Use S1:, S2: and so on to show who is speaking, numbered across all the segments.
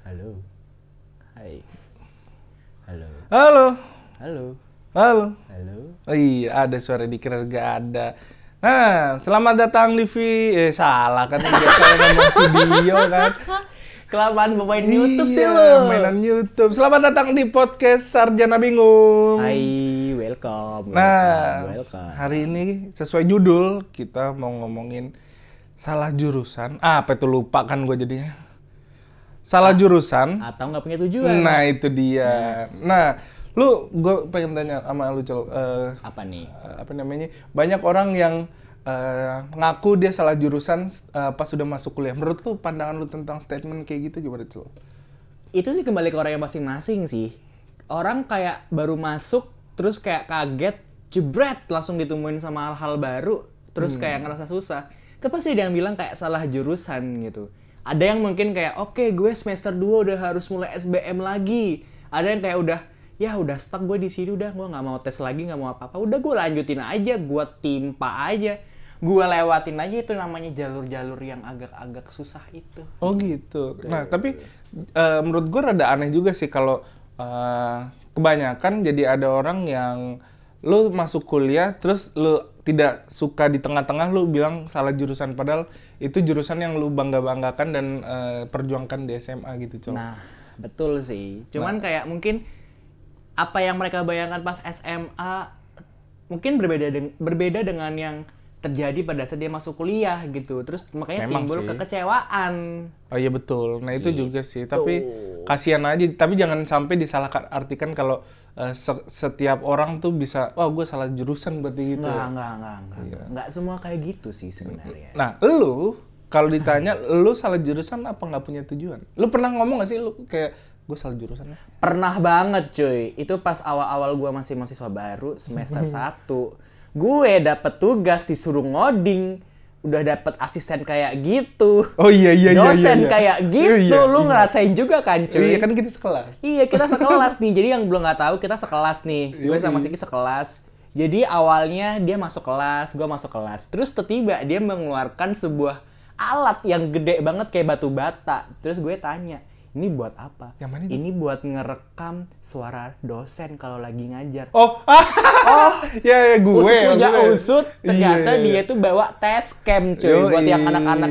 S1: Halo. Hai. Halo.
S2: Halo.
S1: Halo.
S2: Halo.
S1: Halo.
S2: Oh iya, ada suara dikira gak ada. Nah, selamat datang di salah kan biasanya ngomong video kan.
S1: Kelamaan pemain YouTube sih
S2: Iya,
S1: lu.
S2: mainan YouTube. Selamat datang di podcast Sarjana Bingung.
S1: Hai, welcome.
S2: Nah,
S1: welcome.
S2: hari ini sesuai judul kita mau ngomongin salah jurusan. Apa itu lupa kan gue jadinya. Salah jurusan.
S1: Atau nggak punya tujuan.
S2: Nah, itu dia. Nah, gue pengen tanya sama lu, Col.
S1: Apa nih?
S2: Apa namanya? Banyak orang yang ngaku dia salah jurusan pas sudah masuk kuliah. Menurut lu pandangan lu tentang statement kayak gitu gimana, Col?
S1: Itu sih kembali ke orang yang masing-masing sih. Orang kayak baru masuk, terus kayak kaget, jebret, langsung ditemuin sama hal-hal baru, terus kayak ngerasa susah. Itu pasti ada yang bilang kayak salah jurusan gitu. Ada yang mungkin kayak, oke, gue semester 2 udah harus mulai SBM lagi. Ada yang kayak udah stuck gue di sini, udah gue nggak mau tes lagi, nggak mau apa-apa. Udah gue lanjutin aja, gue timpa aja. Gue lewatin aja, itu namanya jalur-jalur yang agak-agak susah itu.
S2: Oh gitu. Nah, tapi menurut gue rada aneh juga sih kalau kebanyakan jadi ada orang yang lu masuk kuliah terus lu tidak suka di tengah-tengah lu bilang salah jurusan padahal itu jurusan yang lu bangga-banggakan dan perjuangkan di SMA gitu, Col.
S1: Nah, betul sih. Cuman kayak mungkin apa yang mereka bayangkan pas SMA mungkin berbeda dengan yang terjadi pada saat dia masuk kuliah gitu. Terus makanya
S2: Memang
S1: timbul
S2: sih.
S1: kekecewaan.
S2: Oh iya betul. Nah itu juga sih. Tapi kasihan aja. Tapi jangan sampai disalah artikan kalau setiap orang tuh bisa, wah gue salah jurusan berarti gitu.
S1: Enggak semua kayak gitu sih sebenarnya.
S2: Nah, lu kalau ditanya lu salah jurusan apa nggak punya tujuan? Lu pernah ngomong nggak sih lu kayak gue salah jurusan?
S1: Pernah banget cuy. Itu pas awal-awal gue masih mahasiswa baru semester 1. Gue dapet tugas disuruh ngoding. Udah dapet asisten kayak gitu.
S2: Oh iya.
S1: Dosen
S2: iya.
S1: kayak gitu.
S2: Iya,
S1: Lu ngerasain juga kan cuy?
S2: Iya kan kita sekelas.
S1: Iya, kita sekelas nih. Jadi yang belum nggak tahu, kita sekelas nih. Gue sama Siki sekelas. Jadi awalnya dia masuk kelas, gue masuk kelas. Terus tiba-tiba dia mengeluarkan sebuah alat yang gede banget kayak batu bata. Terus gue tanya, ini buat apa?
S2: Yang mana itu?
S1: Ini buat ngerekam suara dosen kalau lagi ngajar.
S2: Oh, ya gue.
S1: Usut punya
S2: maksudnya.
S1: usut, ternyata
S2: Iya.
S1: dia tuh bawa test cam cuy.
S2: Yoi.
S1: Buat yang anak-anak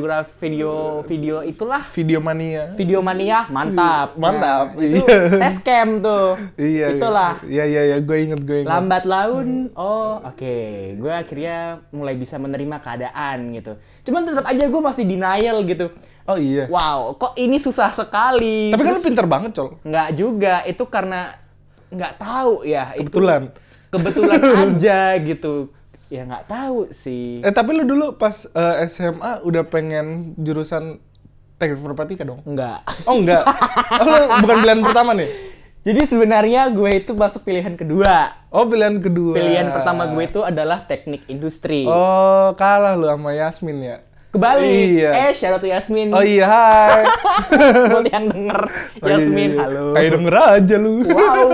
S1: video itulah.
S2: Video mania.
S1: Video mania, mantap.
S2: Mantap,
S1: Nah, itu
S2: iya.
S1: test cam tuh.
S2: Iya.
S1: Itulah.
S2: Iya, gue inget.
S1: Lambat laun, oke. Gue akhirnya mulai bisa menerima keadaan gitu. Cuman tetap aja gue masih denial gitu.
S2: Oh iya.
S1: Wow, kok ini susah sekali.
S2: Tapi kan lu
S1: Terus,
S2: pinter banget, Col.
S1: nggak juga, itu karena nggak tahu ya.
S2: Kebetulan.
S1: Kebetulan aja gitu. Ya nggak tahu sih.
S2: Tapi lu dulu pas SMA udah pengen jurusan teknik informatika dong?
S1: Enggak.
S2: Oh enggak. Oh, lu bukan pilihan pertama nih?
S1: Jadi sebenarnya gue itu masuk pilihan kedua.
S2: Oh, pilihan kedua.
S1: Pilihan pertama gue itu adalah teknik industri.
S2: Oh, kalah lu sama Yasmin ya?
S1: Kebalik.
S2: Iya.
S1: Shout out to Yasmin.
S2: Oh iya, hai.
S1: Buat yang denger.
S2: Oh,
S1: Yasmin,
S2: iya.
S1: halo.
S2: Kayak denger aja lu.
S1: Wow.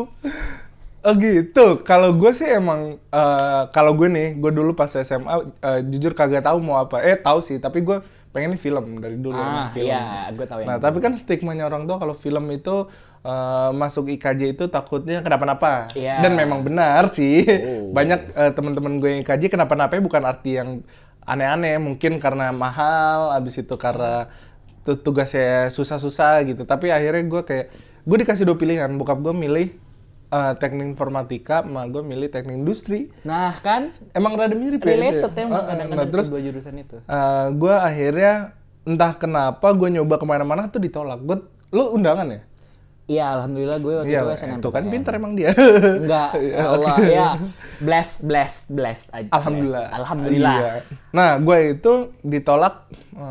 S2: Oh gitu. Kalau gue sih emang, kalau gue nih, gue dulu pas SMA, jujur kagak tahu mau apa. Tahu sih, tapi gue pengen film dari dulu. Emang film.
S1: Iya, gue tahu yang.
S2: Nah, tapi kan stigmanya orang tua kalau film itu masuk IKJ itu takutnya kenapa-napa.
S1: Iya.
S2: Dan memang benar sih. Banyak teman-teman gue yang IKJ kenapa-napa bukan arti yang aneh-aneh, mungkin karena mahal, abis itu karena tugasnya susah-susah gitu. Tapi akhirnya gue dikasih 2 pilihan. Bokap gue milih teknik informatika, sama gue milih teknik industri.
S1: Nah kan,
S2: Emang rada mirip
S1: related
S2: ya.
S1: emang kadang-kadang
S2: Terus
S1: kedua jurusan itu.
S2: gue akhirnya entah kenapa gue nyoba kemana-mana tuh ditolak. Lu undangan ya?
S1: Iya, alhamdulillah gue waktu itu SNMPTN.
S2: Tuh kan pintar emang dia.
S1: Enggak, Allah ya. Blessed aja. Alhamdulillah.
S2: Iya. Nah, gue itu ditolak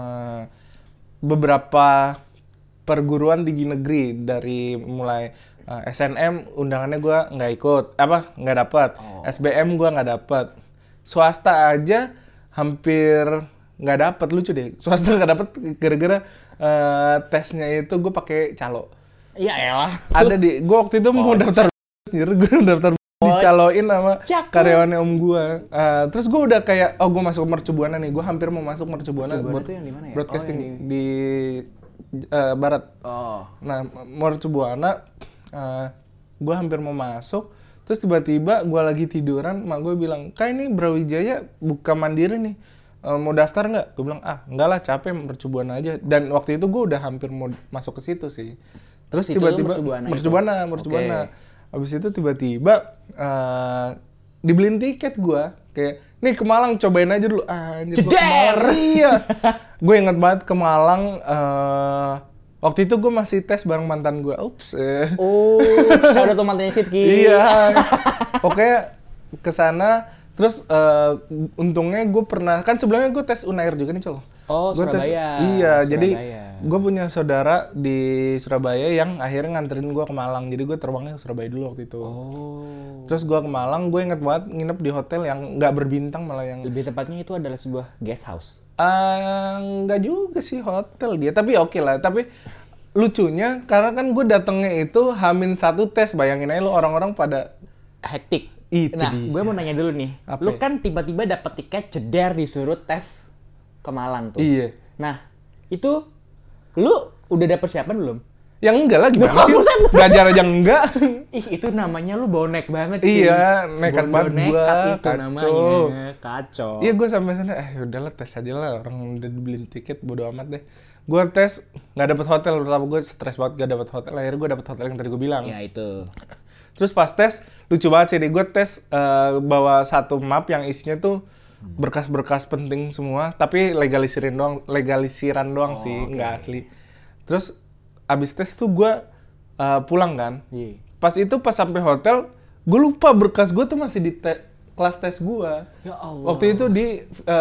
S2: beberapa perguruan tinggi negeri dari mulai SNM undangannya gue nggak ikut, nggak dapat. SBM gue nggak dapat. Swasta aja hampir nggak dapat, lucu deh. Swasta nggak dapat gara-gara tesnya itu gue pakai calo.
S1: Iya elah.
S2: Ada gue waktu itu mau daftar gue daftar dicaloin sama karyawannya om gue. Terus gue udah kayak, gue masuk mercubuana nih. Gue hampir mau masuk mercubuana buat
S1: itu yang di mana ya?
S2: broadcasting di barat.
S1: Oh.
S2: Nah, Mercu Buana, gue hampir mau masuk, terus tiba-tiba gue lagi tiduran, mak gue bilang, "Kak, ini Brawijaya buka mandiri nih, mau daftar nggak?" Gue bilang, "Enggak lah, capek, Mercu Buana aja." Dan waktu itu gue udah hampir mau masuk ke situ sih. Terus tiba-tiba Mercu Buana. Habis itu tiba-tiba dibeliin tiket gue, kayak, "Nih ke Malang, cobain aja dulu." Anjir,
S1: Ceder!
S2: Iya. Gue inget banget ke Malang, waktu itu gue masih tes bareng mantan gue. Ups.
S1: Oh, shout out to mantannya Sidki.
S2: Iya. Pokoknya ke sana, terus untungnya gue pernah, kan sebelumnya gue tes Unair juga nih, Col.
S1: Oh,
S2: Gua
S1: Surabaya.
S2: Iya,
S1: Surabaya.
S2: jadi gue punya saudara di Surabaya yang akhirnya nganterin gue ke Malang. Jadi gue terbangnya ke Surabaya dulu waktu itu.
S1: Oh.
S2: Terus gue ke Malang, gue inget banget nginep di hotel yang nggak berbintang, malah yang
S1: Lebih tepatnya itu adalah sebuah guest house.
S2: nggak juga sih hotel dia, tapi oke lah. Tapi lucunya karena kan gue datangnya itu H-1 tes, bayangin aja lo orang-orang pada
S1: Hektik.
S2: Itu
S1: nah,
S2: dia.
S1: gue mau nanya dulu nih.
S2: Apa
S1: Lu
S2: ya?
S1: kan tiba-tiba dapet tiket ceder disuruh tes ke Malang tuh.
S2: Iya.
S1: Nah, itu lu udah dapet siapa belum?
S2: Yang enggak lah, gimana sih?
S1: Buset.
S2: Belajar aja enggak.
S1: Ih, itu namanya lu bonek banget, cuy.
S2: Iya, nekat
S1: Bondo
S2: banget gua,
S1: nekat itu
S2: kacau.
S1: namanya. Kacau.
S2: Iya, gue sampai sana, udahlah tes aja lah, orang udah dibeliin tiket, bodo amat deh. Gue tes, nggak dapet hotel, pertama gue stres banget gak dapet hotel, akhirnya gue dapet hotel yang tadi gue bilang.
S1: Ya itu.
S2: Terus pas tes, lucu banget sih, gue tes bawa satu map yang isinya tuh berkas-berkas penting semua, tapi legalisiran doang sih, nggak asli. Terus abis tes tuh gue pulang kan,
S1: Iya.
S2: pas sampai hotel, gue lupa berkas gue tuh masih di kelas tes gue.
S1: Ya Allah.
S2: Waktu itu di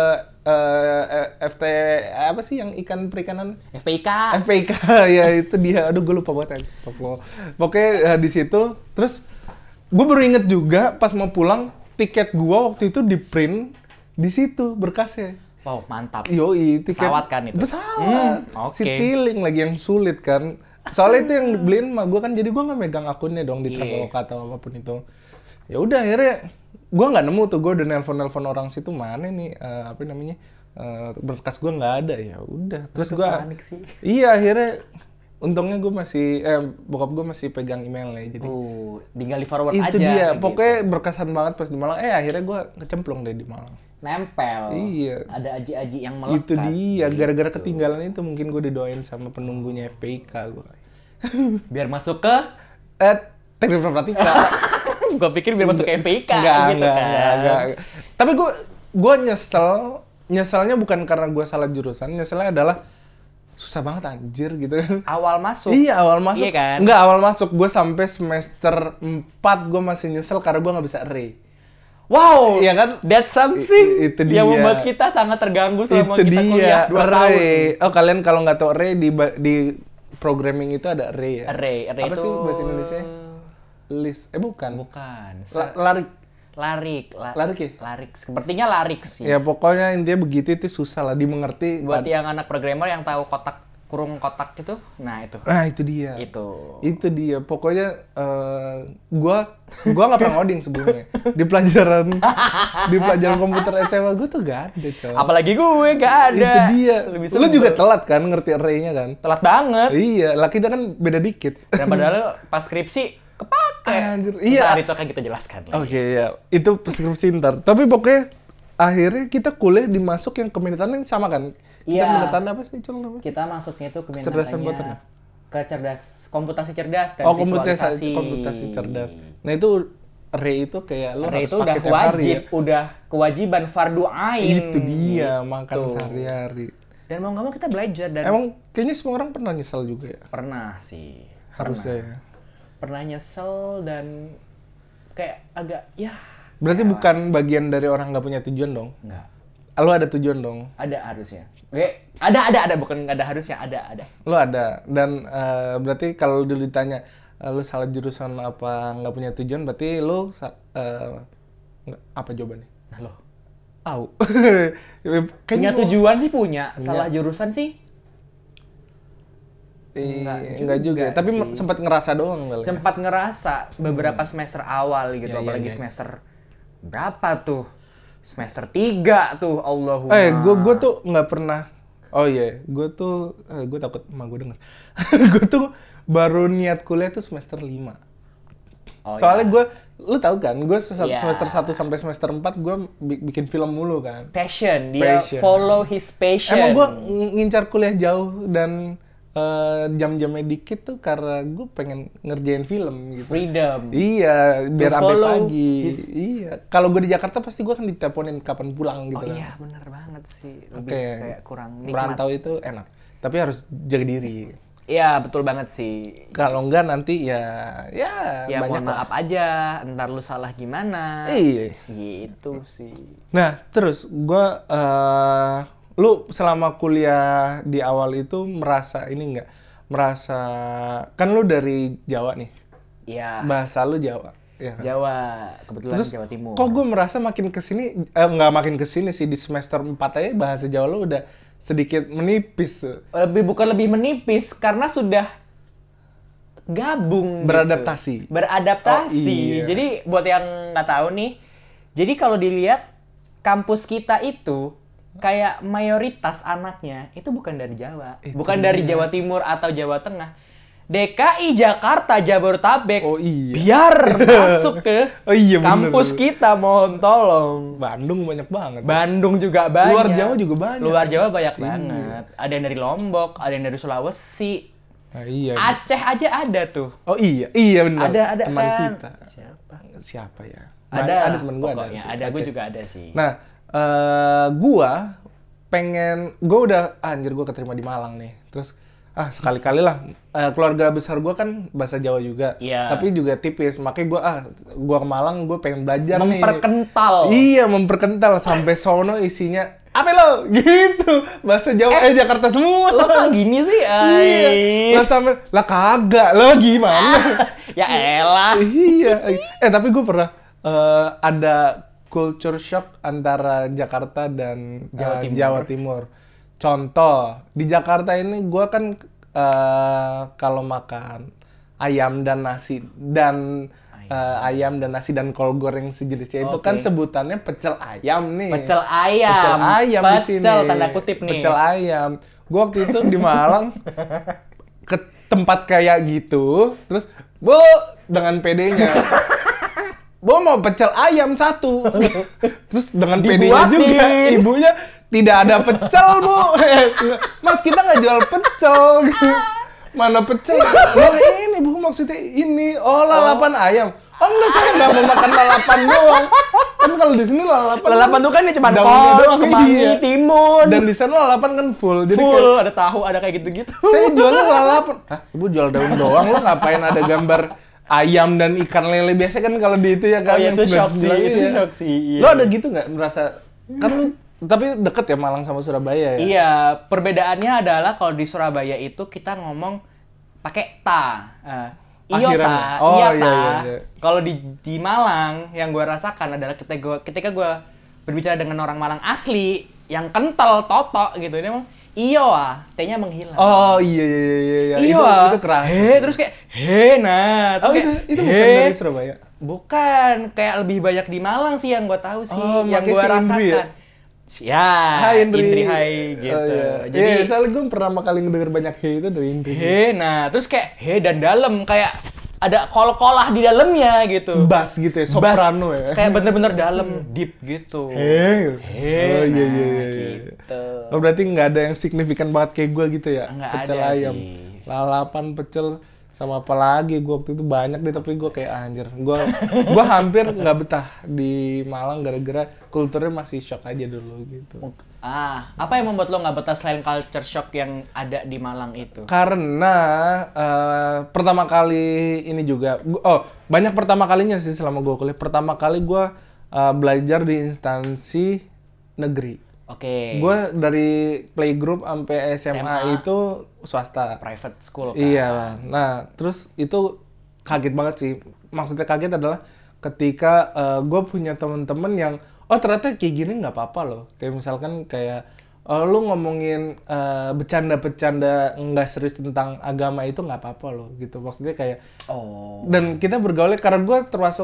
S2: FT apa sih yang ikan perikanan?
S1: FPIK.
S2: FPIK ya itu dia. Aduh gue lupa banget. Astagfirullah. Pokoknya di situ terus gue baru inget juga pas mau pulang tiket gue waktu itu di print di situ berkasnya.
S1: Wow, mantap.
S2: Yoi, tiket
S1: Pesawat kan itu?
S2: Pesawat.
S1: Oke.
S2: Citylink lagi yang sulit kan. Soalnya itu yang dibeliin mah gue kan, jadi gue nggak megang akunnya dong di Traveloka atau apapun itu. Ya udah akhirnya gue nggak nemu tuh, gue udah nelpon orang situ, mana nih apa namanya berkas gue nggak ada. Ya udah, terus gue iya akhirnya untungnya gue masih bokap gue masih pegang emailnya, jadi
S1: tinggal di forward
S2: itu
S1: aja.
S2: Itu dia,
S1: gitu.
S2: pokoknya berkesan banget pas di Malang. Akhirnya gue kecemplung deh di Malang.
S1: Nempel.
S2: Iya.
S1: Ada aji-aji yang melekat.
S2: Itu dia, gara-gara ketinggalan itu mungkin gue didoain sama penunggunya FPIK gue.
S1: Biar masuk ke
S2: Teknik Informatika.
S1: Gue pikir biar masuk ke FPIK gitu kan.
S2: Enggak. Tapi gue nyeselnya bukan karena gue salah jurusan, nyeselnya adalah susah banget anjir gitu kan.
S1: Awal masuk.
S2: Iya, awal masuk.
S1: Iya kan?
S2: Enggak, awal masuk gue sampai semester 4 gue masih nyesel karena gue nggak bisa array.
S1: Wow,
S2: iya kan?
S1: That's something
S2: Itu dia.
S1: yang membuat kita sangat terganggu selama
S2: itu
S1: kita
S2: dia.
S1: kuliah 2 tahun.
S2: Oh, kalian kalau nggak tahu array di programming itu ada array ya?
S1: Array
S2: Apa
S1: itu
S2: sih bahasa Indonesia? List. Bukan. Larik.
S1: Larik
S2: ya?
S1: Larik. Sepertinya larik sih.
S2: Ya pokoknya intinya begitu, itu susah lah dimengerti.
S1: Buat yang anak programmer yang tahu kotak kurung kotak itu, nah itu.
S2: Nah itu dia. Itu dia. Pokoknya gua nggak pernah ngoding sebelumnya. Di pelajaran komputer SMA gue tuh gak ada, coy.
S1: Apalagi gue gak ada.
S2: Itu dia. Lu juga telat kan ngerti array-nya kan?
S1: Telat banget.
S2: Iya, lah kita kan beda dikit.
S1: Dan padahal pas skripsi kepake.
S2: Anjir, iya.
S1: Ntar itu akan kita jelaskan lagi.
S2: Oke, ya. Itu skripsi ntar. Tapi pokoknya akhirnya kita kuliah dimasuk yang keminatan yang sama kan? Kita minatan apa sih, Col?
S1: Kita masuknya itu
S2: kecerdasan buatan ya?
S1: Komputasi cerdas dan visualisasi.
S2: komputasi cerdas. Nah itu array itu kayak lu
S1: array
S2: harus
S1: itu udah
S2: pakai tiap hari
S1: wajib,
S2: ya?
S1: udah kewajiban fardu ain.
S2: Itu dia, makan sehari-hari.
S1: Dan mau nggak mau kita belajar. Dan
S2: emang kayaknya semua orang pernah nyesel juga ya?
S1: Pernah sih.
S2: Harusnya ya.
S1: Pernah nyesel dan kayak agak ya.
S2: Berarti bukan bagian dari orang nggak punya tujuan dong?
S1: Nggak.
S2: Lu ada tujuan dong?
S1: Ada harusnya. Ada, bukan nggak ada harusnya, ada.
S2: Lu ada, dan berarti kalau dulu ditanya lu salah jurusan apa nggak punya tujuan, berarti lu apa jawabannya?
S1: Nah lo, punya tujuan sih punya, salah jurusan sih
S2: enggak juga. Tapi sempat ngerasa doang kali.
S1: Sempat ngerasa beberapa semester awal gitu, apalagi semester berapa tuh? Semester 3 tuh, Allahumma.
S2: Gue tuh nggak pernah Oh iya, gue takut emak gue denger. Gue tuh baru niat kuliah tuh semester 5.
S1: Oh,
S2: Soalnya
S1: iya.
S2: gue, lu tahu kan, gue
S1: Iya.
S2: semester 1 sampai semester 4 gue bikin film mulu kan.
S1: Passion, dia
S2: Passion.
S1: follow his passion.
S2: Emang gue ngincar kuliah jauh dan jam-jamnya dikit tuh karena gue pengen ngerjain film gitu.
S1: Freedom.
S2: Iya, biar sampai
S1: follow
S2: pagi.
S1: his-
S2: Iya, kalau gue di Jakarta pasti gue akan diteleponin kapan pulang gitu.
S1: Oh
S2: kan.
S1: iya, bener banget sih. Lebih
S2: Oke.
S1: kayak kurang nikmat.
S2: Merantau itu enak, tapi harus jaga diri.
S1: Iya, betul banget sih.
S2: Kalau enggak nanti ya
S1: Ya
S2: banyak
S1: mohon
S2: lah.
S1: maaf aja, ntar lu salah gimana.
S2: Iya.
S1: Gitu sih.
S2: Nah, terus gua lu selama kuliah di awal itu merasa ini enggak? Merasa kan lu dari Jawa nih.
S1: Iya,
S2: Bahasa lu Jawa. Ya kan?
S1: Jawa. Kebetulan
S2: Terus
S1: Jawa Timur.
S2: kok gue merasa makin kesini, nggak makin kesini sih, di semester 4 aja bahasa Jawa lu udah sedikit menipis tuh.
S1: Bukan lebih menipis, karena sudah gabung
S2: Beradaptasi.
S1: gitu. Beradaptasi.
S2: Oh, iya.
S1: Jadi buat yang nggak tahu nih, jadi kalau dilihat kampus kita itu kayak mayoritas anaknya itu bukan dari Jawa, bukan dari Jawa Timur atau Jawa Tengah. DKI Jakarta Jabodetabek.
S2: Oh, iya.
S1: Biar masuk ke
S2: Oh, iya, bener.
S1: kampus kita, mohon tolong.
S2: Bandung banyak banget.
S1: Bandung juga banyak.
S2: Luar Jawa juga banyak.
S1: Luar Jawa banyak
S2: Iya.
S1: banget. Ada yang dari Lombok, ada yang dari Sulawesi.
S2: Nah, iya.
S1: Aceh aja ada tuh.
S2: Oh iya benar.
S1: Ada
S2: teman
S1: kan.
S2: kita. Siapa ya?
S1: Ada
S2: teman gua
S1: pokoknya.
S2: sih,
S1: Ada gue
S2: Aceh.
S1: juga ada sih.
S2: Nah, gue udah anjir gue keterima di Malang nih. Terus sekali-kali lah, keluarga besar gue kan bahasa Jawa juga,
S1: Iya.
S2: tapi juga tipis. Makanya gue ke Malang, gue pengen belajar nih.
S1: Memperkental.
S2: Iya, memperkental sampai sono isinya apa lo gitu, bahasa Jawa Jakarta semua.
S1: Lo kok gini sih?
S2: Iya, lah sampai lah kagak lo gimana?
S1: Ya elah.
S2: Iya, tapi gue pernah ada culture shock antara Jakarta dan Jawa Timur. Contoh, di Jakarta ini gue kan kalau makan ayam dan nasi dan kol goreng sejenisnya itu kan sebutannya pecel ayam nih.
S1: Pecel ayam.
S2: Pecel ayam di sini.
S1: Pecel tanda kutip nih.
S2: Pecel ayam. Gue waktu itu di Malang ke tempat kayak gitu, terus dengan PD-nya. Mau pecel ayam 1. Terus dengan PD-nya juga, ibunya tidak ada pecel, Bu. Mas, kita nggak jual pecel. Mana pecel? Loh, ini Bu, maksudnya ini. Oh, lalapan ayam. Oh enggak, saya nggak mau makan lalapan doang. Kan kalau di sini
S1: Lalapan tuh kan cuma
S2: daunnya
S1: kol,
S2: doang,
S1: kemangi,
S2: iya.
S1: timun.
S2: Dan di sana lalapan kan full. Jadi
S1: full, ada tahu, ada kayak gitu-gitu.
S2: saya jualnya lalapan. Hah, Ibu jual daun doang, lo ngapain ada gambar ayam dan ikan lele? Biasa kan kalau di itu ya kan.
S1: Oh iya,
S2: yang
S1: itu shock
S2: 99
S1: sih, itu
S2: ya.
S1: shock sih. Iya.
S2: Lo ada gitu nggak merasa, kan lu tapi deket ya Malang sama Surabaya ya?
S1: Iya, perbedaannya adalah kalau di Surabaya itu kita ngomong pakai ta. Iyo
S2: Akhirannya.
S1: ta,
S2: Oh,
S1: iya ta.
S2: iya.
S1: Kalau di Malang yang gue rasakan adalah ketika gue berbicara dengan orang Malang asli yang kental toto gitu, dia ngomong iyo T-nya menghilang.
S2: Oh iya.
S1: Iyo
S2: Itu keras.
S1: Terus kayak nah. Terus
S2: Oh
S1: kayak,
S2: itu bukan dari Surabaya?
S1: Bukan, kayak lebih banyak di Malang sih yang gue tahu sih,
S2: Oh,
S1: yang
S2: makanya
S1: gue
S2: si Indri
S1: rasakan. Ya,
S2: Hai Indri.
S1: hai gitu.
S2: Oh, iya.
S1: Jadi
S2: soalnya gue pertama kali ngedenger banyak he itu dari Indri.
S1: nah terus kayak dan dalam kayak ada kol-kolah di dalamnya gitu.
S2: Bass gitu ya, soprano ya.
S1: Kayak bener-bener dalam, deep gitu.
S2: Oh iya.
S1: Gitu.
S2: Oh berarti nggak ada yang signifikan banget kayak gue gitu ya?
S1: Nggak
S2: Pecel
S1: ada
S2: ayam,
S1: sih.
S2: lalapan pecel, sama apa lagi? Gue waktu itu banyak deh, tapi gue kayak anjir. Gue hampir nggak betah di Malang gara-gara kulturnya masih shock aja dulu gitu.
S1: Apa yang membuat lo nggak betah selain culture shock yang ada di Malang itu?
S2: Karena pertama kali ini juga, banyak pertama kalinya sih selama gue kuliah. Pertama kali gue belajar di instansi negeri.
S1: Oke.
S2: Gue dari playgroup sampai SMA itu swasta.
S1: Private school kan?
S2: Iya. Nah, terus itu kaget banget sih. Maksudnya kaget adalah ketika gue punya temen-temen yang ternyata kayak gini nggak apa-apa loh. Kayak misalkan kayak lu ngomongin bercanda-bercanda nggak serius tentang agama itu nggak apa-apa loh gitu. Maksudnya kayak dan kita bergaulnya karena gue termasuk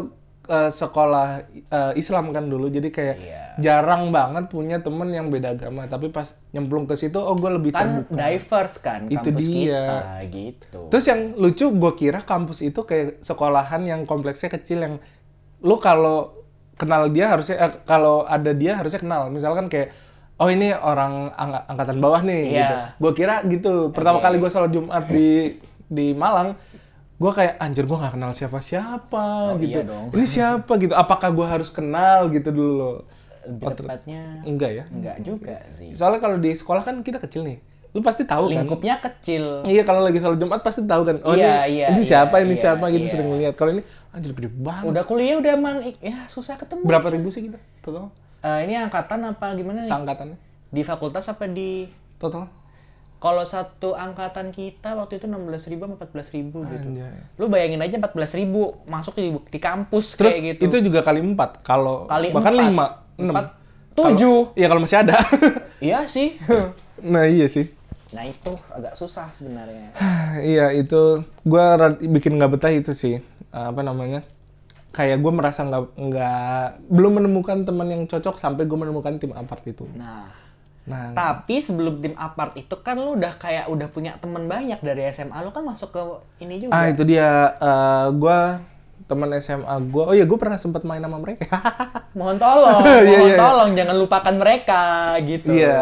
S2: sekolah Islam kan dulu, jadi kayak jarang banget punya temen yang beda agama. Tapi pas nyemplung ke situ, gue lebih
S1: Kan
S2: terbuka.
S1: diverse kan
S2: Itu
S1: kampus
S2: dia.
S1: kita gitu.
S2: Terus yang lucu, gue kira kampus itu kayak sekolahan yang kompleksnya kecil, yang lu kalau kenal dia harusnya, kalau ada dia harusnya kenal. Misalkan kayak, oh ini orang angkatan bawah nih, gitu. Gue kira gitu. Pertama kali gue sholat Jumat di Malang, gue kayak anjir, gue nggak kenal siapa-siapa gitu.
S1: Iya dong.
S2: Ini siapa gitu? Apakah gue harus kenal gitu dulu?
S1: Lebih tepatnya
S2: Enggak ya?
S1: enggak juga sih.
S2: Soalnya kalau di sekolah kan kita kecil nih. Lu pasti tahu kan?
S1: Lingkupnya kecil.
S2: Iya, kalau lagi sholat Jumat pasti tahu kan. Oh ini siapa gitu, sering lihat. Kalau ini anjir gede banget.
S1: Udah kuliah udah ya susah ketemu.
S2: Berapa ribu sih kita total?
S1: Ini angkatan apa gimana nih?
S2: Seangkatannya?
S1: Di fakultas apa di
S2: Total?
S1: kalau satu angkatan kita waktu itu 16.000 sama 14.000 gitu.
S2: Anjay.
S1: Lu bayangin aja 14.000 masuk di kampus
S2: Terus
S1: kayak gitu.
S2: itu juga kali 4. Kalau
S1: Kali
S2: bahkan
S1: 4,
S2: 5,
S1: 7.
S2: 6. Iya, kalau masih ada.
S1: Iya sih.
S2: Nah, iya sih.
S1: Nah itu agak susah sebenarnya.
S2: Iya, itu gue bikin nggak betah itu sih. Apa namanya? Kayak gue merasa belum menemukan teman yang cocok sampai gue menemukan tim apart itu. Nah,
S1: Tapi sebelum tim apart itu kan lu udah punya teman banyak dari SMA. Lu kan masuk ke ini juga.
S2: itu dia. Gue teman SMA gue. Oh iya, gue pernah sempat main sama mereka.
S1: Mohon tolong,
S2: Iya.
S1: tolong jangan lupakan mereka gitu.
S2: Iya,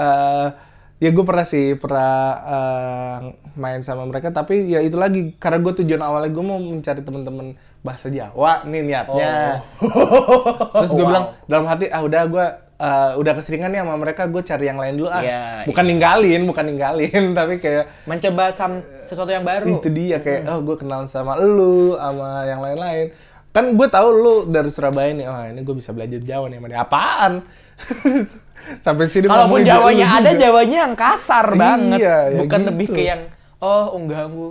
S2: ya gue pernah main sama mereka, tapi ya itu lagi karena gue tujuan awalnya gue mau mencari teman-teman bahasa Jawa nih niatnya. Terus gue bilang dalam hati udah gue udah keseringan nih sama mereka, gue cari yang lain dulu bukan ninggalin tapi kayak
S1: mencoba sesuatu yang baru.
S2: itu dia kayak gue kenal sama lu sama yang lain-lain. Kan gue tahu lu dari Surabaya nih, ini gue bisa belajar Jawa nih sama dia. Apaan? Sampai sini
S1: kalaupun Jawanya ada, Jawanya yang kasar banget.
S2: Ya
S1: bukan
S2: gitu.
S1: lebih ke yang unggah-ungguh.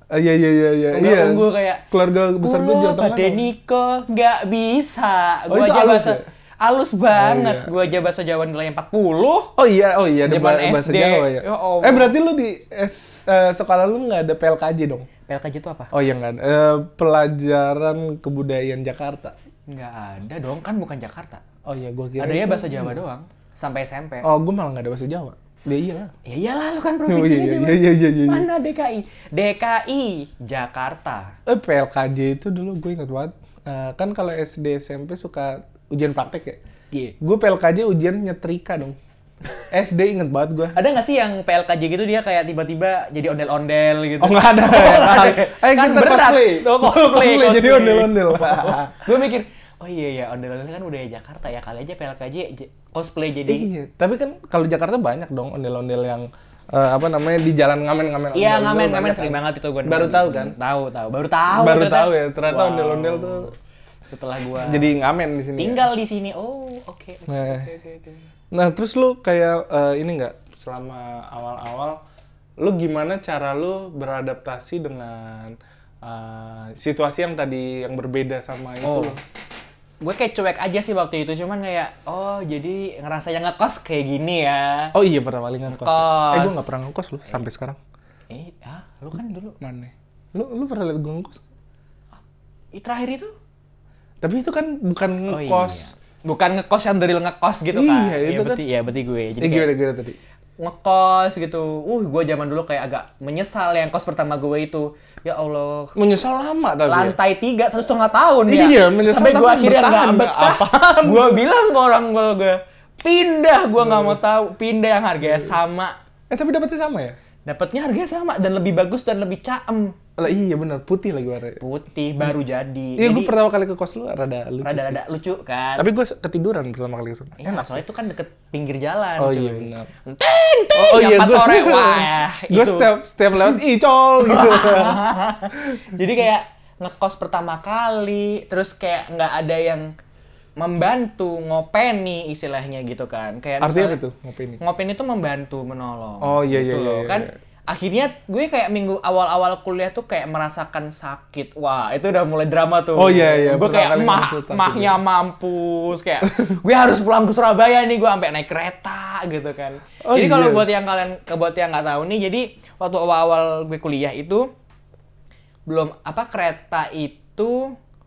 S2: Iya.
S1: Unggah-ungguh kayak
S2: keluarga besar gue Jawa Tengah.
S1: Pak Niko nggak bisa. Gue
S2: itu
S1: aja
S2: halus
S1: bahasa halus banget.
S2: iya.
S1: Gue aja bahasa Jawa nilai 40.
S2: Oh iya, ada
S1: Zaman
S2: bahasa
S1: SD.
S2: Jawa ya.
S1: Ya Allah.
S2: Berarti lu di sekolah lu nggak ada PLKJ dong?
S1: PLKJ itu apa?
S2: Oh iya nggak ada. Pelajaran Kebudayaan Jakarta.
S1: Nggak ada dong, kan bukan Jakarta.
S2: Oh iya, gue kira.
S1: Adanya bahasa Jawa doang sampai SMP.
S2: Oh, gue malah nggak ada bahasa Jawa. Ya iyalah.
S1: Ya iyalah, lu kan provinsinya Jawa.
S2: Iya.
S1: Mana DKI? DKI Jakarta.
S2: PLKJ itu dulu gue ingat banget. Kan kalau SD SMP suka ujian praktek ya.
S1: Iya.
S2: Gue PLKJ ujian nyetrika dong. SD inget banget gue.
S1: Ada nggak sih yang PLKJ gitu dia kayak tiba-tiba jadi ondel-ondel gitu?
S2: Oh nggak ada. Ayo
S1: Kan
S2: kita
S1: berat.
S2: cosplay. Jadi ondel-ondel.
S1: Gue mikir, oh iya ondel-ondel kan budaya Jakarta ya, kali aja PLKJ cosplay jadi.
S2: Iya, tapi kan kalau Jakarta banyak dong ondel-ondel yang di jalan ngamen-ngamen.
S1: Iya, ngamen sering banget itu gue.
S2: Baru tahu kan?
S1: Baru tahu
S2: Ya, ternyata ondel-ondel tuh
S1: setelah gua
S2: jadi ngamen di sini.
S1: tinggal di sini. Oh, oke.
S2: Nah, terus lu kayak ini nggak, selama awal-awal lu gimana cara lu beradaptasi dengan situasi yang tadi yang berbeda sama itu?
S1: Gue kayak cuek aja sih waktu itu, cuman kayak jadi ngerasanya ngekos kayak gini ya.
S2: Oh iya, pertama kali ngekos.
S1: Ngekos.
S2: Gue nggak pernah ngekos lu sampai sekarang.
S1: Lu kan dulu.
S2: Mana? Lu pernah lihat gue ngekos?
S1: Terakhir itu?
S2: Tapi itu kan bukan ngekos.
S1: Iya. Bukan ngekos yang dari ngekos gitu kan.
S2: Iya, itu kan.
S1: Iya, berarti gue. Jadi
S2: Gimana tadi?
S1: ngekos gitu. Gue zaman dulu kayak agak menyesal yang kos pertama gue itu. Ya Allah.
S2: Menyesal lama tapi.
S1: Lantai 3, 1,5 tahun ya.
S2: Iya, menyesal.
S1: Sampai gue akhirnya nggak
S2: bertahan.
S1: betah. Gue bilang ke orang gue pindah. Gue nggak mau tahu. Pindah yang harganya sama.
S2: Tapi dapetnya sama ya?
S1: Dapatnya harganya sama dan lebih bagus dan lebih caem.
S2: Lah iya benar, putih lagi warnanya.
S1: Putih baru jadi.
S2: Iya, gue pertama kali ke kos lu rada lucu.
S1: Rada lucu kan.
S2: Tapi gue ketiduran pertama kali ke sana.
S1: Enak, soalnya itu kan deket pinggir jalan.
S2: Oh
S1: cuy.
S2: iya benar.
S1: Jam 4 sore. Wah,
S2: gue setiap lewat col gitu.
S1: Jadi kayak ngekos pertama kali, terus kayak nggak ada yang membantu ngopeni istilahnya gitu kan. Kayak
S2: Artinya
S1: misalnya,
S2: apa tuh ngopeni?
S1: Ngopeni itu membantu, menolong.
S2: Oh iya
S1: gitu
S2: iya
S1: loh.
S2: iya.
S1: Kan akhirnya gue kayak minggu awal-awal kuliah tuh kayak merasakan sakit. Wah, itu udah mulai drama tuh.
S2: Oh iya.
S1: Gue kayak mahnya mampus kayak gue harus pulang ke Surabaya nih, gue sampai naik kereta gitu kan. Jadi kalau buat yang nggak tahu nih, jadi waktu awal-awal gue kuliah itu belum kereta itu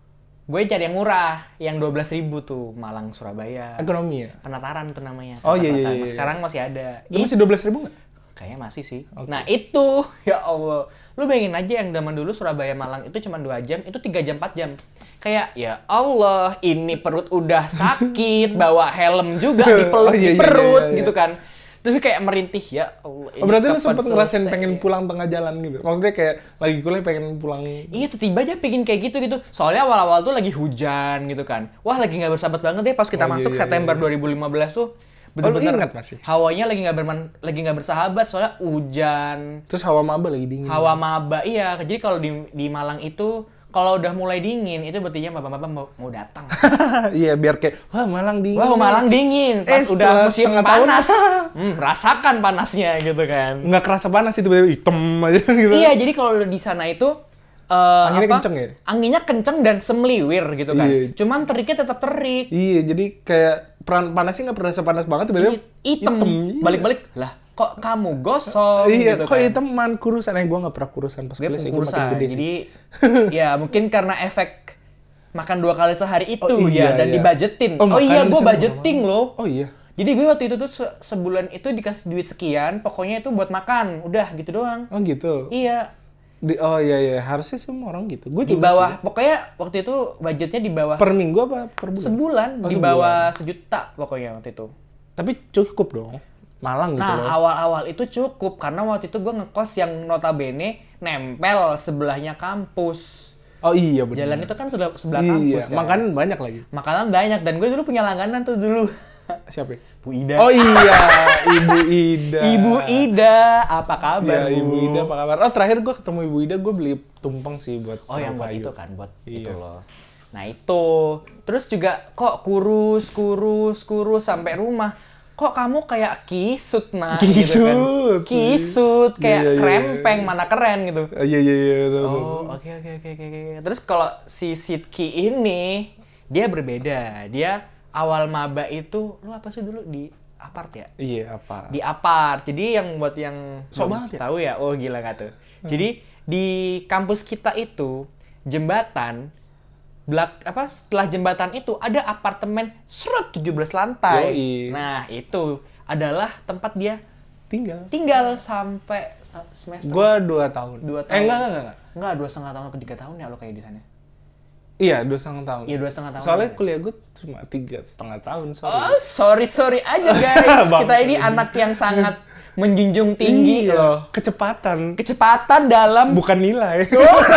S1: gue cari yang murah, yang 12.000 tuh, Malang Surabaya.
S2: Ekonomi ya?
S1: Penataran tuh namanya.
S2: Oh iya,
S1: Penataran.
S2: iya.
S1: Sekarang masih ada.
S2: Itu masih 12.000 nggak?
S1: Kayaknya masih sih.
S2: Oke.
S1: Nah itu, ya Allah. Lu bayangin aja yang zaman dulu Surabaya Malang itu cuma 2 jam, itu 3 jam 4 jam. Kayak, ya Allah, ini perut udah sakit, bawa helm juga dipeluk
S2: Oh, iya,
S1: di perut
S2: iya.
S1: gitu kan. Terus kayak merintih, ya Allah. Ini
S2: Berarti lu
S1: kapan
S2: sempet ngerasain
S1: selesai
S2: pengen
S1: ya?
S2: pulang tengah jalan gitu? Maksudnya kayak lagi kuliah pengen pulang.
S1: Iya, tiba-tiba aja pengen kayak gitu. Soalnya awal-awal tuh lagi hujan gitu kan. Wah, lagi nggak bersahabat banget deh pas kita
S2: Oh, iya,
S1: masuk
S2: iya,
S1: September
S2: iya.
S1: 2015 tuh.
S2: lu
S1: Bener-bener
S2: ingat masih?
S1: hawanya lagi nggak bersahabat soalnya hujan,
S2: Terus hawa maba lagi dingin.
S1: hawa maba. Iya, jadi kalau di Malang itu kalau udah mulai dingin itu berarti maba-maba mau datang.
S2: Iya, biar kayak, wah Malang dingin.
S1: Wah, Malang dingin. Pas
S2: setelah
S1: udah musim
S2: setengah tahun,
S1: panas, rasakan panasnya gitu kan.
S2: nggak kerasa panas itu, tiba-tiba hitam aja gitu.
S1: Iya, jadi kalau di sana itu
S2: Anginnya kenceng ya?
S1: Anginnya kenceng dan semeliwir gitu kan.
S2: Iya.
S1: Cuman teriknya tetap terik.
S2: Iya, jadi kayak panasnya nggak pernah panas banget, tiba-tiba
S1: Hitam.
S2: iya.
S1: Balik-balik. Lah, kok kamu gosong
S2: Iya,
S1: gitu
S2: kok
S1: kan.
S2: hiteman kurusan? Gue nggak pernah kurusan pas
S1: Gue
S2: kuliah sih, gue makin
S1: kurusan.
S2: gede sih.
S1: Jadi ya mungkin karena efek makan 2 kali sehari itu
S2: Oh, iya,
S1: ya dan
S2: iya.
S1: dibajetin.
S2: Oh,
S1: Oh iya,
S2: makanan
S1: gue
S2: di sana
S1: budgeting loh.
S2: Oh iya.
S1: Jadi gue waktu itu tuh sebulan itu dikasih duit sekian, pokoknya itu buat makan. Udah gitu doang.
S2: Oh gitu.
S1: Iya.
S2: Oh iya, harusnya semua orang gitu. Gue
S1: Di
S2: juga
S1: bawah,
S2: sih.
S1: pokoknya waktu itu budgetnya di bawah
S2: Per minggu apa per bulan?
S1: sebulan,
S2: Oh,
S1: di
S2: sebulan.
S1: bawah 1 juta pokoknya waktu itu.
S2: Tapi cukup dong. Malang gitu loh.
S1: Nah, awal-awal itu cukup karena waktu itu gue ngekos yang notabene nempel sebelahnya kampus.
S2: Oh iya benar.
S1: Jalan itu kan sebelah
S2: Iya,
S1: kampus kan.
S2: makanan banyak lagi.
S1: Makanan banyak dan gue dulu punya langganan tuh dulu.
S2: Siapa? Ya?
S1: Bu Ida.
S2: Oh iya, Ibu Ida.
S1: Ibu Ida, apa kabar,
S2: Ya,
S1: Bu?
S2: Ibu Ida apa kabar? Oh terakhir gue ketemu Ibu Ida, gue beli tumpeng sih buat
S1: Oh, yang buat
S2: kayu.
S1: itu kan, buat
S2: Iya.
S1: itu loh. Nah, itu. Terus juga kok kurus sampai rumah. Kok kamu kayak kisut, Nak? Gitu kan.
S2: Kisut.
S1: Kisut, kayak
S2: Iya, iya, iya.
S1: krempeng, mana keren gitu.
S2: Iya.
S1: Oh, oke. Terus kalau si Sidki ini, dia berbeda. Dia awal maba itu, lu apa sih dulu di apart ya?
S2: Iya apa?
S1: Di apart. Jadi yang buat yang
S2: Sok
S1: belum
S2: banget ya?
S1: tahu ya, oh gila gak tuh. Jadi di kampus kita itu jembatan setelah jembatan itu ada apartemen 17 lantai.
S2: Yoi.
S1: Nah, itu adalah tempat dia
S2: Tinggal.
S1: sampai semester
S2: Gue 2 tahun.
S1: 2 tahun.
S2: Enggak.
S1: Enggak, 2,5 tahun ke 3 tahun ya lo kayak di sana.
S2: Iya, 2,5 tahun.
S1: Iya, 2,5 tahun.
S2: Soalnya kuliah gue cuma 3,5 tahun, sorry.
S1: Oh, sorry aja guys.
S2: Bang.
S1: Kita ini anak yang sangat menjunjung tinggi
S2: Iya,
S1: loh.
S2: Kecepatan,
S1: Dalam.
S2: bukan nilai.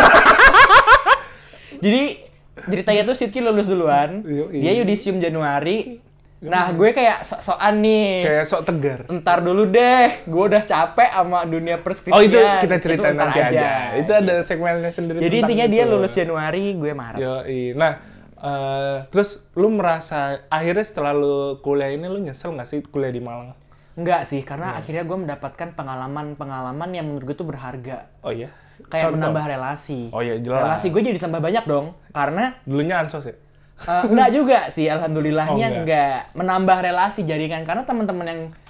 S1: Jadi ceritanya tuh Sidki lulus duluan.
S2: Yoi.
S1: Dia yudisium Januari. Nah, gue kayak sok-sokan nih.
S2: Kayak sok tegar.
S1: Entar dulu deh, gue udah capek sama dunia perskripsian.
S2: Oh itu kita ceritain
S1: Itu entar
S2: nanti aja. Itu ada segmennya sendiri.
S1: Jadi
S2: tentang
S1: intinya dia
S2: itu.
S1: lulus Januari, gue Maret.
S2: Yoi. Nah, terus lu merasa akhirnya setelah lu kuliah ini lu nyesel nggak sih kuliah di Malang?
S1: Enggak sih, karena akhirnya gue mendapatkan pengalaman yang menurut gue tuh berharga.
S2: Oh iya.
S1: Kayak
S2: Contoh.
S1: menambah relasi.
S2: Oh iya, jelas.
S1: Relasi gue jadi tambah banyak dong, karena
S2: Dulunya ansos ya?
S1: enggak juga sih, alhamdulillahnya
S2: Oh,
S1: enggak. Menambah relasi jaringan karena teman-teman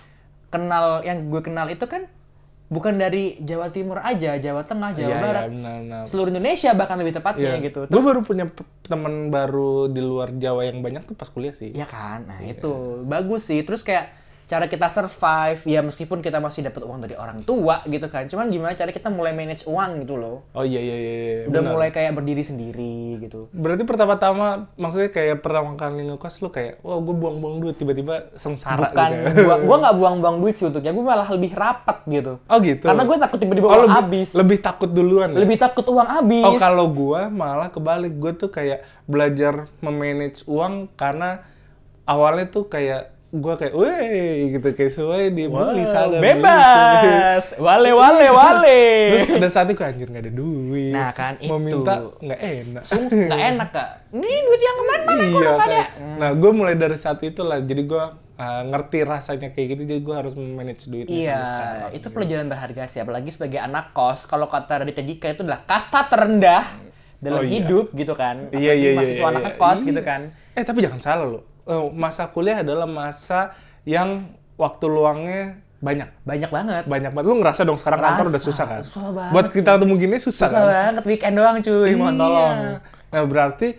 S1: yang gue kenal itu kan bukan dari Jawa Timur aja, Jawa Tengah, Jawa
S2: Iya,
S1: Barat,
S2: iya, benar.
S1: seluruh Indonesia bahkan lebih tepatnya gitu.
S2: Gue baru punya teman baru di luar Jawa yang banyak tuh pas kuliah sih.
S1: Ya kan, nah itu bagus sih. Terus kayak cara kita survive, ya meskipun kita masih dapat uang dari orang tua gitu kan, cuman gimana cara kita mulai manage uang gitu loh.
S2: Oh iya.
S1: Udah
S2: benar.
S1: mulai kayak berdiri sendiri gitu.
S2: Berarti pertama-tama, maksudnya kayak pertama kali ngekos lu kayak, wah gue buang-buang duit, tiba-tiba sengsara
S1: Bukan,
S2: gitu.
S1: gua nggak buang-buang duit sih untuknya, gue malah lebih rapat gitu.
S2: Oh gitu?
S1: Karena gue takut tiba-tiba uang habis.
S2: Lebih takut duluan ya?
S1: Lebih takut uang habis.
S2: Oh kalau gue malah kebalik, gue tuh kayak belajar memanage uang karena awalnya tuh kayak gue kayak, weh gitu kayak sesuai di beli sana.
S1: Bebas. Wale.
S2: Terus pada saat itu anjir nggak ada duit.
S1: Nah, kan
S2: Mau
S1: itu.
S2: minta nggak enak.
S1: Nggak enak kak. Ini duit yang kemana kok
S2: Iya
S1: nggak ada.
S2: kan. Nah gue mulai dari saat itulah, jadi gue ngerti rasanya kayak gitu, jadi gue harus memanage duitnya
S1: Iya,
S2: sampai sekarang.
S1: itu pelajaran berharga sih, apalagi sebagai anak kos. Kalau kata Raditya Dika itu adalah kasta terendah dalam
S2: Oh, iya.
S1: hidup gitu kan.
S2: Iya,
S1: Apalagi
S2: iya,
S1: mahasiswa
S2: iya,
S1: anak
S2: iya.
S1: kos
S2: Iya.
S1: gitu kan.
S2: Tapi jangan salah loh. Masa kuliah adalah masa yang waktu luangnya banyak.
S1: Banyak banget.
S2: Banyak banget. Lu ngerasa dong sekarang kantor udah susah kan?
S1: Susah banget.
S2: Buat kita ketemu gini susah
S1: Susah
S2: kan?
S1: banget, weekend doang cuy, mohon
S2: Iya.
S1: tolong.
S2: Nah berarti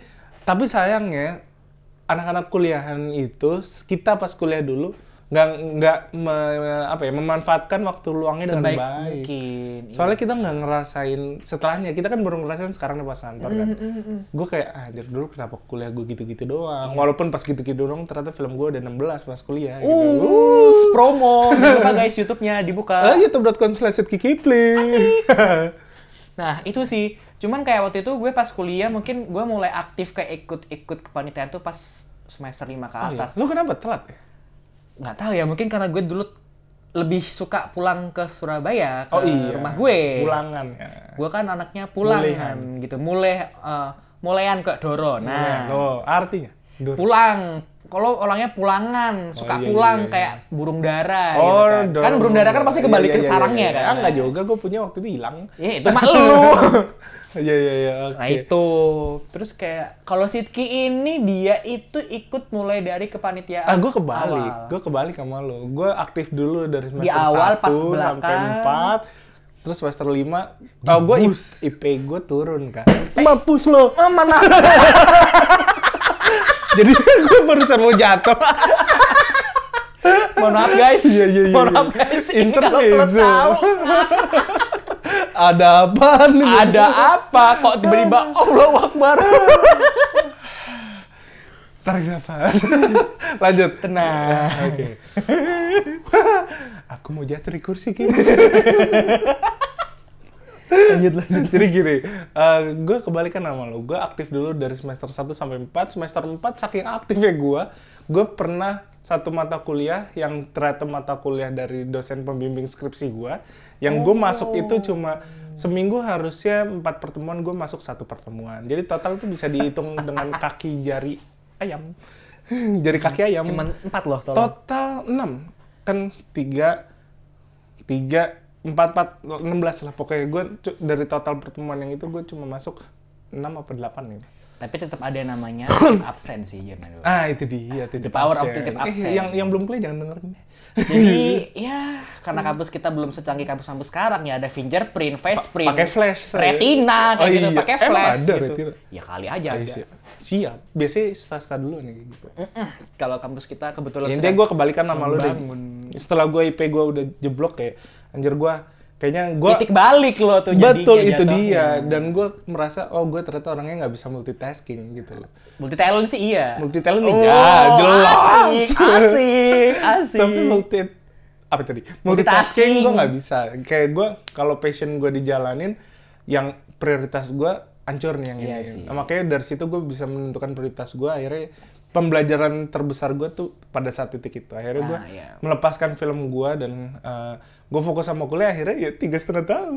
S2: Tapi sayangnya anak-anak kuliahan itu kita pas kuliah dulu nggak memanfaatkan waktu luangnya dengan
S1: Sebaik
S2: baik.
S1: mungkin.
S2: Soalnya kita nggak ngerasain setelahnya. Kita kan baru ngerasain sekarang nih pas kantor kan. Gue kayak anjir dulu kenapa kuliah gue gitu-gitu doang. Walaupun pas gitu-gitu doang ternyata film gue udah 16 pas kuliah gitu.
S1: Promo. Dibuka guys YouTube-nya, dibuka.
S2: youtube.com/kikipling.
S1: Nah, itu sih. Cuman kayak waktu itu gue pas kuliah mungkin gue mulai aktif kayak ikut kepanitiaan tuh pas semester 5 ke atas.
S2: Lu kenapa telat ya?
S1: Nggak tahu ya, mungkin karena gue dulu lebih suka pulang ke Surabaya, ke rumah gue.
S2: Pulangan ya.
S1: Gue kan anaknya pulangan gitu. Mulean ke Doro. Nah,
S2: artinya?
S1: pulang. Kalau orangnya pulangan, suka pulang kayak burung dara gitu kan. Kan burung dara kan pasti kembali ke sarangnya kan.
S2: Enggak juga, gue punya waktu itu hilang.
S1: Ya, itu mah lu.
S2: Iya.
S1: Nah itu, terus kayak kalau Sidki ini dia itu ikut mulai dari kepanitiaan.
S2: Gue kebalik sama lo. Gue aktif dulu dari semester
S1: Di awal,
S2: 1
S1: pas
S2: sampai 4. Terus semester 5, gue IP gue turun kan. Mampus lo.
S1: Mana?
S2: Jadi gue barusan mau jatuh.
S1: Mohon maaf guys.
S2: Iya.
S1: Mohon maaf guys. Ini kalau tahu.
S2: Ada apa nih?
S1: Ada apa? Kok tiba-tiba Allahu Akbar?
S2: Tarik nafas. Lanjut.
S1: Tenang.
S2: Oke. Aku mau jatuh di kursi guys. Lanjut. Jadi gini, gue kebalikan sama lo. Gue aktif dulu dari semester 1 sampai 4. Semester 4 saking aktifnya gue pernah satu mata kuliah yang ternyata mata kuliah dari dosen pembimbing skripsi gue. Yang gue masuk itu cuma seminggu harusnya 4 pertemuan, gue masuk 1 pertemuan. Jadi total itu bisa dihitung dengan kaki jari ayam. Jari kaki ayam.
S1: Cuman 4 loh tolong.
S2: Total 6. Kan 4, 16 lah. Pokoknya gue dari total pertemuan yang itu gue cuma masuk 6 apa 8 gitu.
S1: Tapi tetap ada namanya absen sih, Jurnal.
S2: Itu dia.
S1: The power of titip absen.
S2: Yang belum kuliah jangan dengerin.
S1: Jadi ya karena kampus kita belum secanggih kampus-kampus sekarang ya, ada fingerprint, faceprint,
S2: pakai flash,
S1: retina kayak gitu, pakai flash
S2: ada
S1: gitu.
S2: retina.
S1: Ya kali aja ada.
S2: Siap. Biasanya swasta dulu nih gitu.
S1: Kalau kampus kita kebetulan
S2: Intinya gue kebalikan sama lu deh. Setelah gue IP gue udah jeblok kayak anjir kayaknya gue
S1: titik balik lo tuh jadinya.
S2: Betul, itu dia. Dan gue merasa gue ternyata orangnya nggak bisa multitasking gitu loh.
S1: Multi talent sih iya.
S2: Multi talent jelas.
S1: Asik.
S2: Tapi multitasking gue nggak bisa. Kayak gue kalau passion gue dijalanin, yang prioritas gue hancur nih yang ini. Nah, makanya dari situ gue bisa menentukan prioritas gue. Akhirnya pembelajaran terbesar gue tuh pada saat titik itu. Akhirnya gue melepaskan film gue dan gue fokus sama kuliah. Akhirnya ya 3,5 tahun.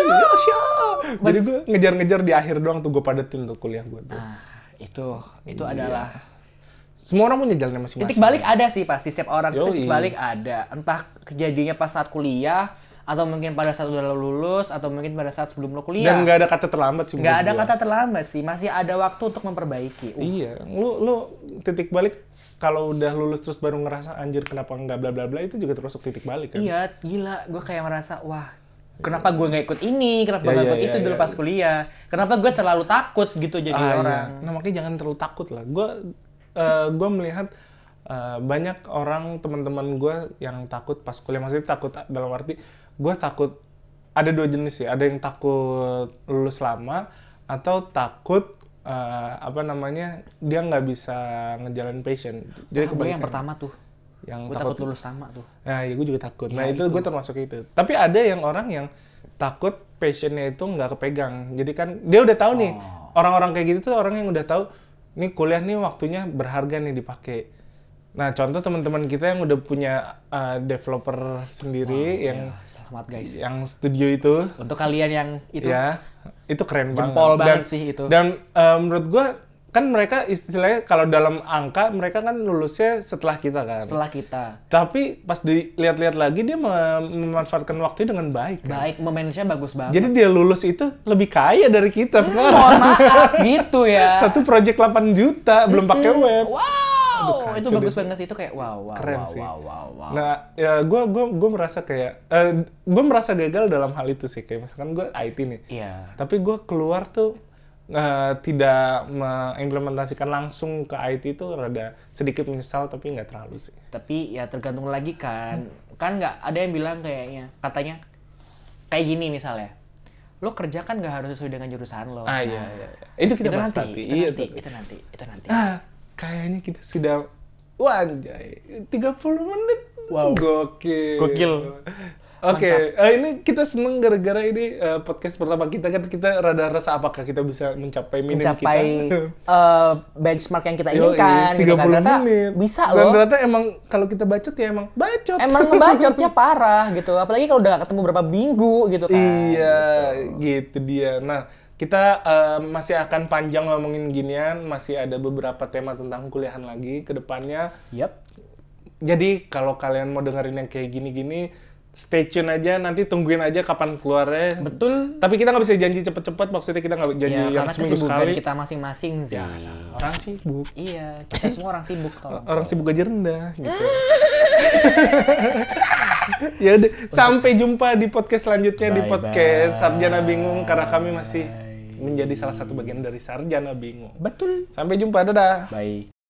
S2: Jadi gue ngejar-ngejar di akhir doang tuh gue padetin tuh kuliah gue tuh.
S1: Itu adalah
S2: semua orang punya jalannya masing-masing.
S1: Titik balik ada sih pasti, setiap orang titik balik ada. Entah kejadiannya pas saat kuliah, atau mungkin pada saat udah lo lulus, atau mungkin pada saat sebelum lo kuliah.
S2: Dan nggak ada kata terlambat sih.
S1: Nggak ada kata terlambat sih, masih ada waktu untuk memperbaiki.
S2: Iya, lu titik balik kalau udah lulus terus baru ngerasa anjir kenapa nggak bla bla bla, itu juga termasuk titik balik kan?
S1: Iya, gila. Gue kayak merasa, wah kenapa gue nggak ikut ini, kenapa nggak ikut itu dulu pas kuliah, kenapa gue terlalu takut gitu jadi orang.
S2: Nah makanya jangan terlalu takut lah. Gue melihat banyak orang teman-teman gue yang takut pas kuliah, maksudnya takut dalam arti gue takut ada 2 jenis sih, ada yang takut lulus lama atau takut dia nggak bisa ngejalanin passion. Jadi
S1: gue yang pertama tuh. Gue takut lulus lama tuh.
S2: Nah, ya gue juga takut. Nah, itu gue termasuk itu. Tapi ada yang orang yang takut passionnya itu nggak kepegang. Jadi kan dia udah tahu nih, orang-orang kayak gitu tuh orang yang udah tahu, nih kuliah nih waktunya berharga nih dipakai. Nah, contoh teman-teman kita yang udah punya developer sendiri,
S1: selamat guys.
S2: Yang studio itu.
S1: Untuk kalian yang itu.
S2: Ya, itu keren banget.
S1: Jempol banget sih itu.
S2: Dan menurut gue, kan mereka istilahnya kalau dalam angka mereka kan lulusnya setelah kita kan.
S1: Setelah kita.
S2: Tapi pas dilihat-lihat lagi dia memanfaatkan waktunya dengan baik. Kan?
S1: Baik, momennya bagus banget.
S2: Jadi dia lulus itu lebih kaya dari kita sekarang.
S1: Mohon maaf gitu ya.
S2: Satu project 8 juta belum pakai web.
S1: Wow, itu bagus banget sih, itu kayak wow.
S2: Keren sih. Nah, ya gue merasa kayak gue merasa gagal dalam hal itu sih, kayak misalkan gue IT nih.
S1: Iya.
S2: Tapi gue keluar tuh tidak mengimplementasikan langsung ke IT itu rada sedikit menyesal, tapi nggak terlalu sih.
S1: Tapi ya tergantung lagi kan. Kan nggak ada yang bilang katanya kayak gini misalnya. Lo kerja kan nggak harus sesuai dengan jurusan lo.
S2: Iya. Itu kita bahas nanti.
S1: Itu nanti.
S2: Kayaknya kita sudah anjay 30 menit.
S1: Wow. Gokil.
S2: Oke, ini kita seneng gara-gara ini podcast pertama kita kan, kita rada rasa apakah kita bisa mencapai
S1: benchmark yang kita inginkan.
S2: 30
S1: gitu kan. Ternyata
S2: menit.
S1: Bisa
S2: Dan
S1: loh.
S2: ternyata emang kalau kita bacot ya emang bacot.
S1: Emang ngebacotnya parah gitu. Apalagi kalau udah gak ketemu berapa minggu gitu kan.
S2: Iya, gitu dia. Nah, kita masih akan panjang ngomongin ginian, masih ada beberapa tema tentang kuliahan lagi ke depannya.
S1: Yap.
S2: Jadi kalau kalian mau dengerin yang kayak gini-gini, stay tune aja, nanti tungguin aja kapan keluarnya.
S1: Betul.
S2: Tapi kita nggak bisa janji cepet-cepet, maksudnya kita nggak janji yang seminggu sekali.
S1: Kita masing-masing sih.
S2: Ya, orang sibuk.
S1: Iya, kita semua orang sibuk.
S2: Orang sibuk aja rendah gitu. Ya udah, sampai jumpa di podcast selanjutnya di podcast Sarjana Bingung, karena kami masih menjadi salah satu bagian dari Sarjana Bingung.
S1: Betul.
S2: Sampai jumpa, dadah.
S1: Bye.